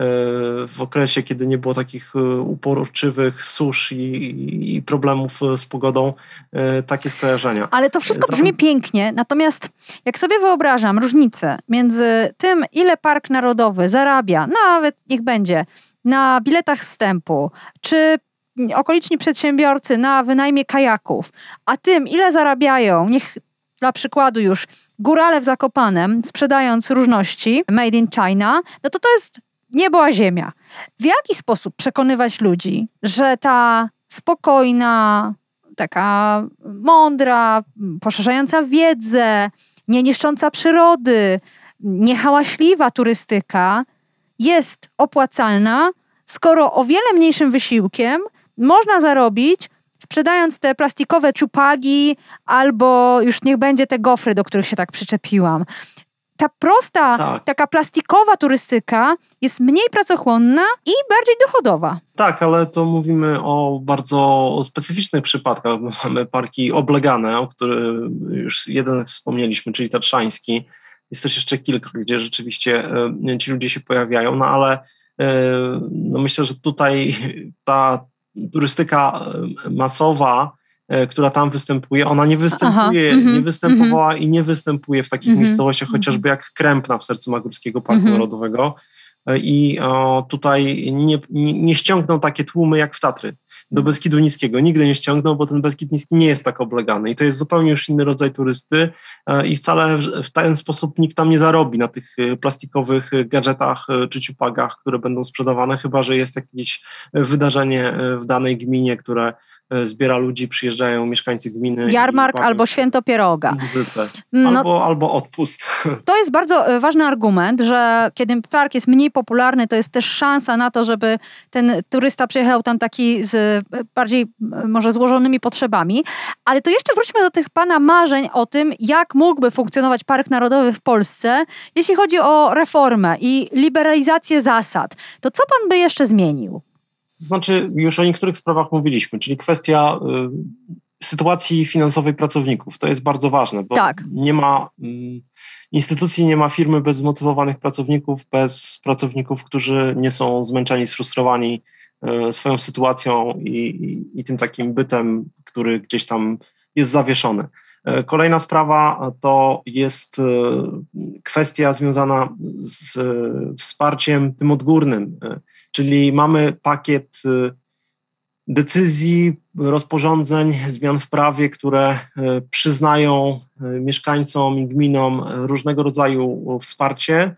w okresie, kiedy nie było takich uporczywych susz i problemów z pogodą, takie skojarzenia. Ale to wszystko brzmi pięknie, natomiast jak sobie wyobrażam różnicę między tym, ile Park Narodowy zarabia, nawet niech będzie, na biletach wstępu, czy okoliczni przedsiębiorcy na wynajmie kajaków, a tym, ile zarabiają, niech dla przykładu już górale w Zakopanem, sprzedając różności made in China, no to jest niebo a ziemia. W jaki sposób przekonywać ludzi, że ta spokojna, taka mądra, poszerzająca wiedzę, nie niszcząca przyrody, niehałaśliwa turystyka jest opłacalna, skoro o wiele mniejszym wysiłkiem można zarobić, sprzedając te plastikowe ciupagi albo już niech będzie te gofry, do których się tak przyczepiłam. Ta prosta, taka plastikowa turystyka jest mniej pracochłonna i bardziej dochodowa. Tak, ale to mówimy o bardzo specyficznych przypadkach. Mamy parki oblegane, o których już jeden wspomnieliśmy, czyli tatrzański. Jest też jeszcze kilka, gdzie rzeczywiście ci ludzie się pojawiają, no ale myślę, że tutaj ta turystyka masowa, która tam występuje, ona nie występuje, nie występowała i nie występuje w takich miejscowościach, chociażby jak Krępna w sercu Magórskiego Parku Narodowego. I tutaj nie ściągną takie tłumy jak w Tatry. Do Beskidu Niskiego nigdy nie ściągną, bo ten Beskid Niski nie jest tak oblegany i to jest zupełnie już inny rodzaj turysty i wcale w ten sposób nikt tam nie zarobi na tych plastikowych gadżetach czy ciupagach, które będą sprzedawane, chyba że jest jakieś wydarzenie w danej gminie, które zbiera ludzi, przyjeżdżają mieszkańcy gminy. Jarmark albo święto pieroga. Albo odpust. To jest bardzo ważny argument, że kiedy park jest mniej popularny, to jest też szansa na to, żeby ten turysta przyjechał tam taki z bardziej może złożonymi potrzebami. Ale to jeszcze wróćmy do tych pana marzeń o tym, jak mógłby funkcjonować Park Narodowy w Polsce, jeśli chodzi o reformę i liberalizację zasad. To co pan by jeszcze zmienił? To znaczy, już o niektórych sprawach mówiliśmy, czyli kwestia sytuacji finansowej pracowników. To jest bardzo ważne, bo nie ma instytucji, nie ma firmy bez zmotywowanych pracowników, bez pracowników, którzy nie są zmęczeni, sfrustrowani swoją sytuacją i tym takim bytem, który gdzieś tam jest zawieszony. Kolejna sprawa to jest kwestia związana z wsparciem tym odgórnym, czyli mamy pakiet decyzji, rozporządzeń, zmian w prawie, które przyznają mieszkańcom i gminom różnego rodzaju wsparcie.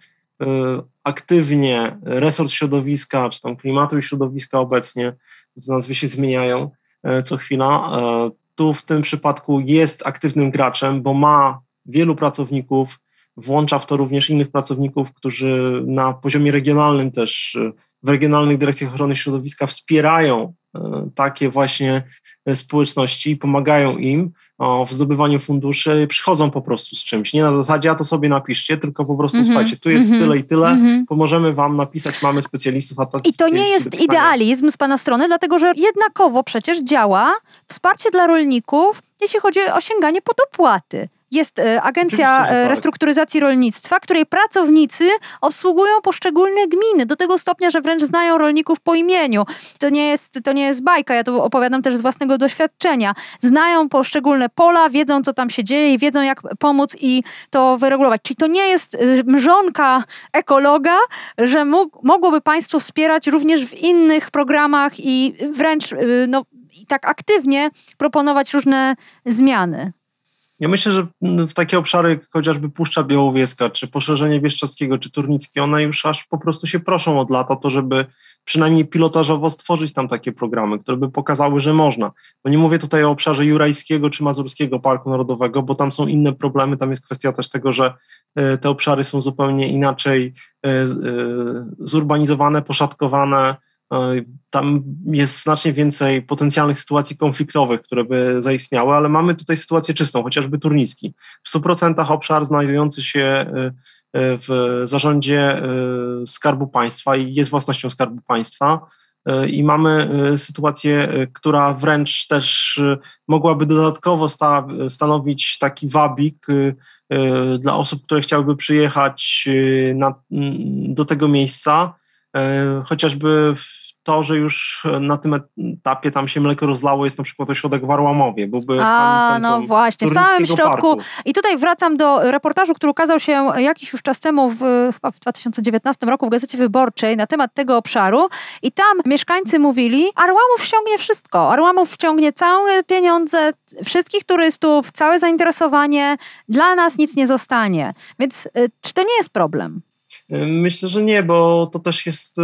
Aktywnie resort środowiska, czy tam klimatu i środowiska obecnie, te nazwy się zmieniają co chwila. Tu w tym przypadku jest aktywnym graczem, bo ma wielu pracowników, włącza w to również innych pracowników, którzy na poziomie regionalnym też w regionalnych dyrekcjach ochrony środowiska wspierają takie właśnie społeczności i pomagają im w zdobywaniu funduszy, przychodzą po prostu z czymś. Nie na zasadzie, a to sobie napiszcie, tylko po prostu słuchajcie, tu jest tyle i tyle, pomożemy wam napisać, mamy specjalistów. I to nie jest idealizm z pana strony, dlatego że jednakowo przecież działa wsparcie dla rolników, jeśli chodzi o sięganie po dopłaty. Jest Agencja Oczywiście, że tak. Restrukturyzacji Rolnictwa, której pracownicy obsługują poszczególne gminy do tego stopnia, że wręcz znają rolników po imieniu. To nie jest bajka, ja to opowiadam też z własnego doświadczenia. Znają poszczególne pola, wiedzą, co tam się dzieje i wiedzą, jak pomóc i to wyregulować. Czyli to nie jest mrzonka ekologa, że mogłoby państwo wspierać również w innych programach i wręcz i tak aktywnie proponować różne zmiany. Ja myślę, że w takie obszary jak chociażby Puszcza Białowieska, czy poszerzenie Bieszczadzkiego, czy Turnickie, one już aż po prostu się proszą od lat o to, żeby przynajmniej pilotażowo stworzyć tam takie programy, które by pokazały, że można. Bo nie mówię tutaj o obszarze Jurajskiego czy Mazurskiego Parku Narodowego, bo tam są inne problemy. Tam jest kwestia też tego, że te obszary są zupełnie inaczej zurbanizowane, poszatkowane. Tam jest znacznie więcej potencjalnych sytuacji konfliktowych, które by zaistniały, ale mamy tutaj sytuację czystą, chociażby Turnicki. W 100% obszar znajdujący się w zarządzie Skarbu Państwa i jest własnością Skarbu Państwa i mamy sytuację, która wręcz też mogłaby dodatkowo stanowić taki wabik dla osób, które chciałyby przyjechać do tego miejsca, chociażby to, że już na tym etapie tam się mleko rozlało, jest na przykład ośrodek w Arłamowie. Byłby no właśnie, w samym środku. Parku. I tutaj wracam do reportażu, który ukazał się jakiś już czas temu, chyba w 2019 roku w Gazecie Wyborczej na temat tego obszaru i tam mieszkańcy mówili, Arłamów ściągnie wszystko. Arłamów wciągnie całe pieniądze, wszystkich turystów, całe zainteresowanie. Dla nas nic nie zostanie. Więc czy to nie jest problem? Myślę, że nie, bo to też jest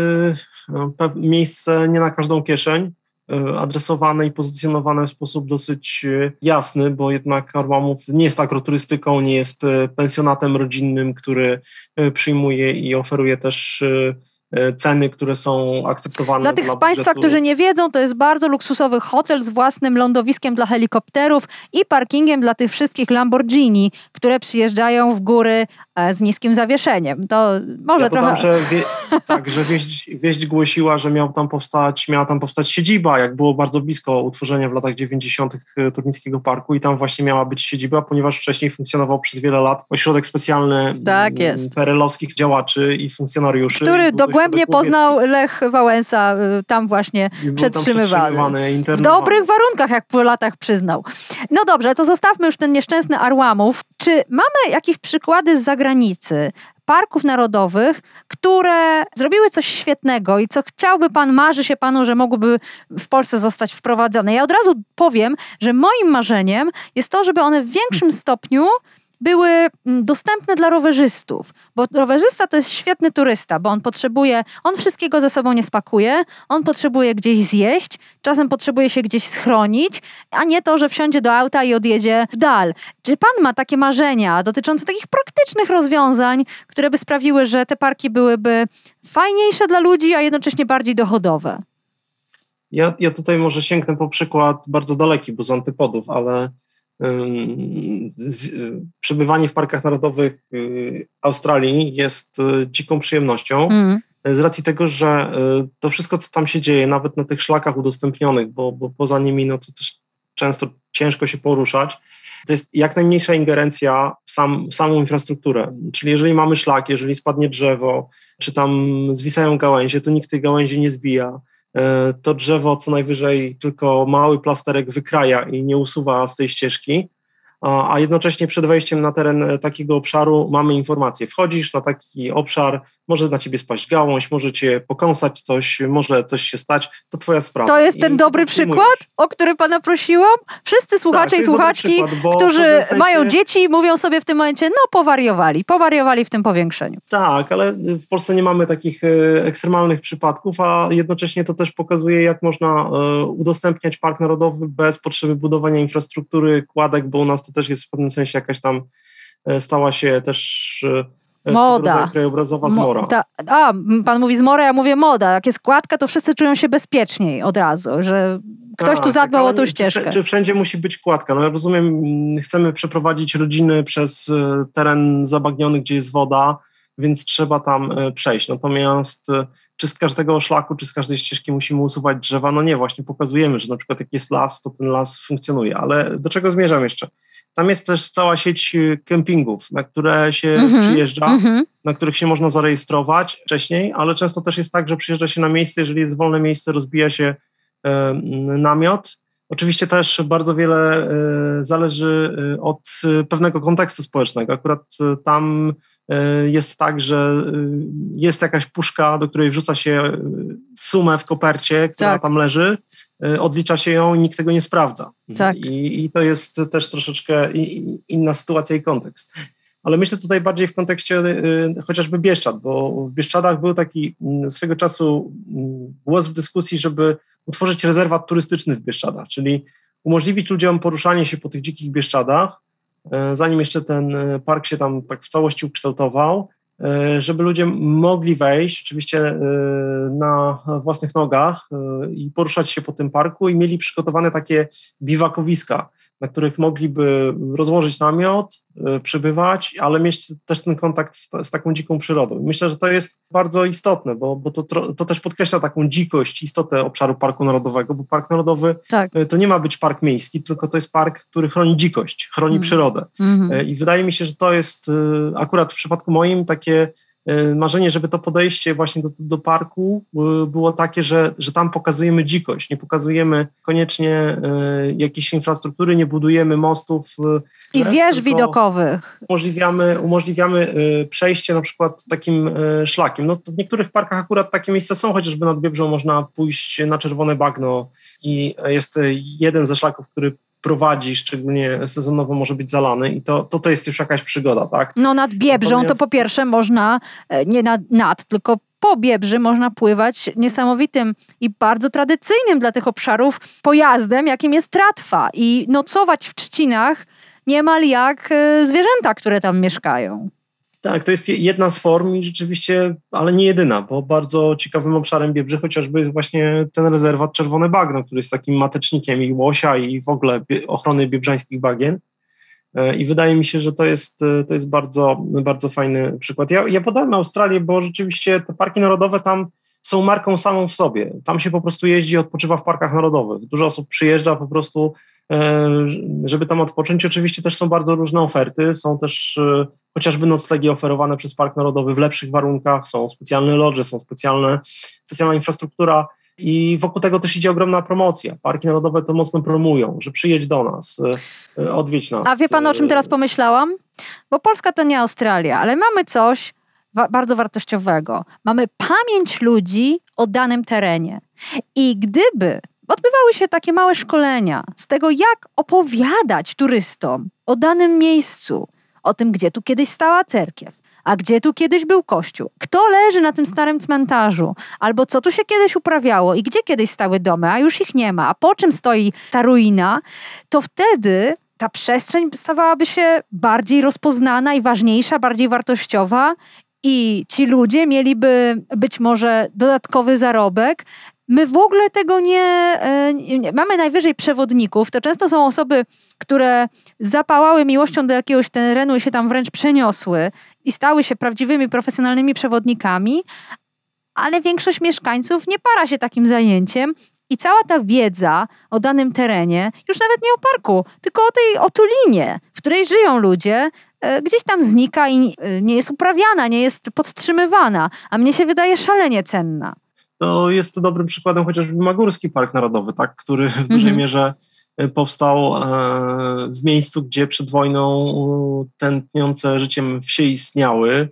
miejsce nie na każdą kieszeń, adresowane i pozycjonowane w sposób dosyć jasny, bo jednak Arłamów nie jest agroturystyką, nie jest pensjonatem rodzinnym, który przyjmuje i oferuje też ceny, które są akceptowane dla tych z Państwa, budżetu. którzy nie wiedzą, to jest bardzo luksusowy hotel z własnym lądowiskiem dla helikopterów i parkingiem dla tych wszystkich Lamborghini, które przyjeżdżają w góry z niskim zawieszeniem. To może dodam, trochę... że wieść głosiła, że miała tam powstać siedziba, jak było bardzo blisko utworzenia w latach 90. Turnickiego Parku i tam właśnie miała być siedziba, ponieważ wcześniej funkcjonował przez wiele lat ośrodek specjalny PRL-owskich działaczy i funkcjonariuszy. Który dogłębnie poznał Lech Wałęsa, tam właśnie przetrzymywany. W dobrych warunkach, jak po latach przyznał. No dobrze, to zostawmy już ten nieszczęsny Arłamów. Czy mamy jakieś przykłady z zagranicy, parków narodowych, które zrobiły coś świetnego i co chciałby pan, marzy się panu, że mogłyby w Polsce zostać wprowadzone? Ja od razu powiem, że moim marzeniem jest to, żeby one w większym stopniu były dostępne dla rowerzystów, bo rowerzysta to jest świetny turysta, bo on wszystkiego ze sobą nie spakuje, on potrzebuje gdzieś zjeść, czasem potrzebuje się gdzieś schronić, a nie to, że wsiądzie do auta i odjedzie w dal. Czy pan ma takie marzenia dotyczące takich praktycznych rozwiązań, które by sprawiły, że te parki byłyby fajniejsze dla ludzi, a jednocześnie bardziej dochodowe? Ja tutaj może sięgnę po przykład bardzo daleki, bo z antypodów, ale przebywanie w parkach narodowych Australii jest dziką przyjemnością z racji tego, że to wszystko, co tam się dzieje, nawet na tych szlakach udostępnionych, bo poza nimi no to też często ciężko się poruszać, to jest jak najmniejsza ingerencja w samą infrastrukturę. Czyli jeżeli mamy szlak, jeżeli spadnie drzewo, czy tam zwisają gałęzie, to nikt tej gałęzi nie zbija. To drzewo co najwyżej tylko mały plasterek wykraja i nie usuwa z tej ścieżki, a jednocześnie przed wejściem na teren takiego obszaru mamy informację. Wchodzisz na taki obszar, może na ciebie spaść gałąź, może cię pokąsać coś, może coś się stać, to twoja sprawa. To jest ten dobry przykład, o który pana prosiłam? Wszyscy słuchacze i słuchaczki, którzy mają dzieci, mówią sobie w tym momencie, no powariowali w tym powiększeniu. Tak, ale w Polsce nie mamy takich ekstremalnych przypadków, a jednocześnie to też pokazuje, jak można udostępniać park narodowy bez potrzeby budowania infrastruktury, kładek, bo u nas to też jest w pewnym sensie jakaś tam stała się też moda. Krajobrazowa zmora. Pan mówi zmora, ja mówię moda. Jak jest kładka, to wszyscy czują się bezpieczniej od razu, że ktoś tu zadbał o tą ścieżkę. Czy wszędzie musi być kładka? No ja rozumiem, chcemy przeprowadzić rodziny przez teren zabagniony, gdzie jest woda, więc trzeba tam przejść. Natomiast czy z każdego szlaku, czy z każdej ścieżki musimy usuwać drzewa? No nie, właśnie pokazujemy, że na przykład jak jest las, to ten las funkcjonuje. Ale do czego zmierzam jeszcze? Tam jest też cała sieć kempingów, na które się przyjeżdża, na których się można zarejestrować wcześniej, ale często też jest tak, że przyjeżdża się na miejsce, jeżeli jest wolne miejsce, rozbija się namiot. Oczywiście też bardzo wiele zależy od pewnego kontekstu społecznego. Akurat tam jest tak, że jest jakaś puszka, do której wrzuca się sumę w kopercie, która tam leży, odlicza się ją i nikt tego nie sprawdza. Tak. I to jest też troszeczkę inna sytuacja i kontekst. Ale myślę tutaj bardziej w kontekście chociażby Bieszczad, bo w Bieszczadach był taki swego czasu głos w dyskusji, żeby utworzyć rezerwat turystyczny w Bieszczadach, czyli umożliwić ludziom poruszanie się po tych dzikich Bieszczadach, zanim jeszcze ten park się tam tak w całości ukształtował, żeby ludzie mogli wejść oczywiście na własnych nogach i poruszać się po tym parku i mieli przygotowane takie biwakowiska, na których mogliby rozłożyć namiot, przebywać, ale mieć też ten kontakt z taką dziką przyrodą. Myślę, że to jest bardzo istotne, bo to też podkreśla taką dzikość, istotę obszaru Parku Narodowego, bo Park Narodowy to nie ma być park miejski, tylko to jest park, który chroni dzikość, chroni przyrodę. I wydaje mi się, że to jest akurat w przypadku moim takie marzenie, żeby to podejście właśnie do parku było takie, że tam pokazujemy dzikość, nie pokazujemy koniecznie jakiejś infrastruktury, nie budujemy mostów. I wież widokowych. Umożliwiamy przejście na przykład takim szlakiem. No to w niektórych parkach akurat takie miejsca są, chociażby nad Biebrzą można pójść na czerwone bagno i jest jeden ze szlaków, który prowadzi, szczególnie sezonowo może być zalany i to jest już jakaś przygoda, tak? No nad Biebrzą to po pierwsze można, nie tylko po Biebrzy można pływać niesamowitym i bardzo tradycyjnym dla tych obszarów pojazdem, jakim jest tratwa i nocować w trzcinach niemal jak zwierzęta, które tam mieszkają. Tak, to jest jedna z form i rzeczywiście, ale nie jedyna, bo bardzo ciekawym obszarem Biebrzy chociażby jest właśnie ten rezerwat Czerwone Bagno, który jest takim matecznikiem i łosia i w ogóle ochrony biebrzańskich bagien. I wydaje mi się, że to jest bardzo, bardzo fajny przykład. Ja podałem Australię, bo rzeczywiście te parki narodowe tam są marką samą w sobie. Tam się po prostu jeździ, odpoczywa w parkach narodowych. Dużo osób przyjeżdża po prostu, żeby tam odpocząć. Oczywiście też są bardzo różne oferty. Są też chociażby noclegi oferowane przez Park Narodowy w lepszych warunkach. Są specjalne lodże, są specjalna infrastruktura. I wokół tego też idzie ogromna promocja. Parki narodowe to mocno promują, że przyjedź do nas, odwiedź nas. A wie pan, o czym teraz pomyślałam? Bo Polska to nie Australia, ale mamy coś bardzo wartościowego. Mamy pamięć ludzi o danym terenie. I gdyby odbywały się takie małe szkolenia z tego, jak opowiadać turystom o danym miejscu, o tym, gdzie tu kiedyś stała cerkiew, a gdzie tu kiedyś był kościół, kto leży na tym starym cmentarzu, albo co tu się kiedyś uprawiało i gdzie kiedyś stały domy, a już ich nie ma, a po czym stoi ta ruina, to wtedy ta przestrzeń stawałaby się bardziej rozpoznana i ważniejsza, bardziej wartościowa i ci ludzie mieliby być może dodatkowy zarobek. My w ogóle tego nie mamy najwyżej przewodników. To często są osoby, które zapałały miłością do jakiegoś terenu i się tam wręcz przeniosły i stały się prawdziwymi, profesjonalnymi przewodnikami, ale większość mieszkańców nie para się takim zajęciem i cała ta wiedza o danym terenie, już nawet nie o parku, tylko o tej otulinie, w której żyją ludzie, gdzieś tam znika i nie jest uprawiana, nie jest podtrzymywana, a mnie się wydaje szalenie cenna. To jest to dobrym przykładem chociażby Magórski Park Narodowy, tak, który w dużej mierze powstał w miejscu, gdzie przed wojną tętniące życiem wsie istniały,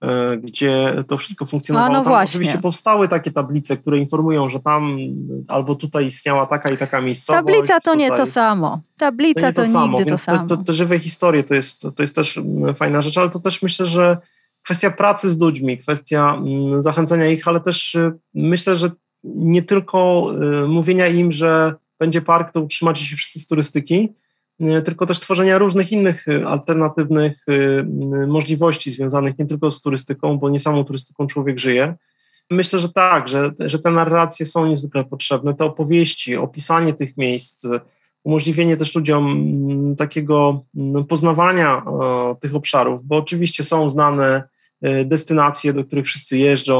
gdzie to wszystko funkcjonowało. No tam właśnie. oczywiście powstały takie tablice, które informują, że tam albo tutaj istniała taka i taka miejscowość. Tablica to tutaj, nie to samo. Tablica to nigdy to samo. Te żywe historie to jest też fajna rzecz, ale to też myślę, że kwestia pracy z ludźmi, kwestia zachęcania ich, ale też myślę, że nie tylko mówienia im, że będzie park, to utrzymacie się wszyscy z turystyki, tylko też tworzenia różnych innych alternatywnych możliwości związanych nie tylko z turystyką, bo nie samą turystyką człowiek żyje. Myślę, że tak, że te narracje są niezwykle potrzebne, te opowieści, opisanie tych miejsc, umożliwienie też ludziom takiego poznawania tych obszarów, bo oczywiście są znane destynacje, do których wszyscy jeżdżą,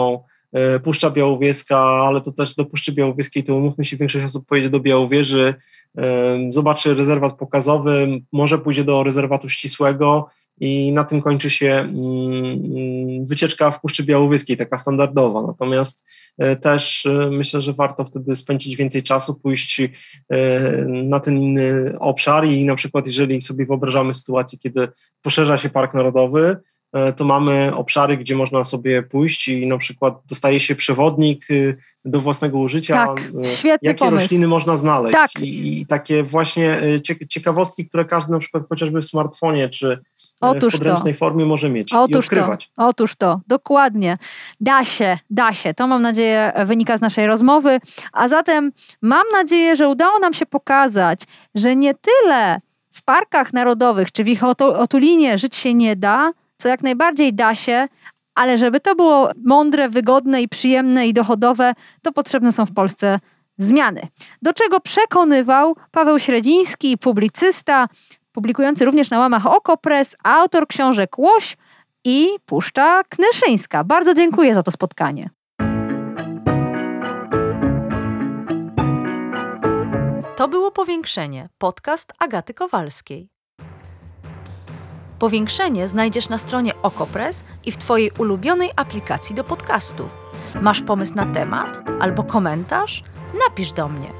Puszcza Białowieska, ale to też do Puszczy Białowieskiej, to umówmy się, większość osób pojedzie do Białowieży, zobaczy rezerwat pokazowy, może pójdzie do rezerwatu ścisłego i na tym kończy się wycieczka w Puszczy Białowieskiej, taka standardowa. Natomiast też myślę, że warto wtedy spędzić więcej czasu, pójść na ten inny obszar i na przykład jeżeli sobie wyobrażamy sytuację, kiedy poszerza się Park Narodowy, to mamy obszary, gdzie można sobie pójść i na przykład dostaje się przewodnik do własnego użycia, Tak, świetny jakie pomysł. rośliny można znaleźć. Tak. I takie właśnie ciekawostki, które każdy na przykład chociażby w smartfonie czy w podręcznej formie może mieć i odkrywać. Otóż to, dokładnie. Da się. To mam nadzieję wynika z naszej rozmowy. A zatem mam nadzieję, że udało nam się pokazać, że nie tyle w parkach narodowych czy w ich otulinie żyć się nie da, co jak najbardziej da się, ale żeby to było mądre, wygodne i przyjemne i dochodowe, to potrzebne są w Polsce zmiany. Do czego przekonywał Paweł Średziński, publicysta, publikujący również na łamach Okopres, autor książek Łoś i Puszcza Knyszyńska. Bardzo dziękuję za to spotkanie. To było Powiększenie, podcast Agaty Kowalskiej. Powiększenie znajdziesz na stronie Okopres i w Twojej ulubionej aplikacji do podcastów. Masz pomysł na temat albo komentarz? Napisz do mnie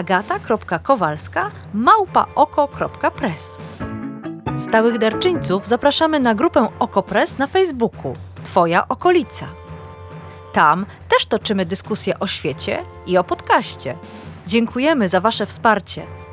agata.kowalska@oko.press. Stałych darczyńców zapraszamy na grupę Okopres na Facebooku Twoja okolica. Tam też toczymy dyskusje o świecie i o podcaście. Dziękujemy za Wasze wsparcie.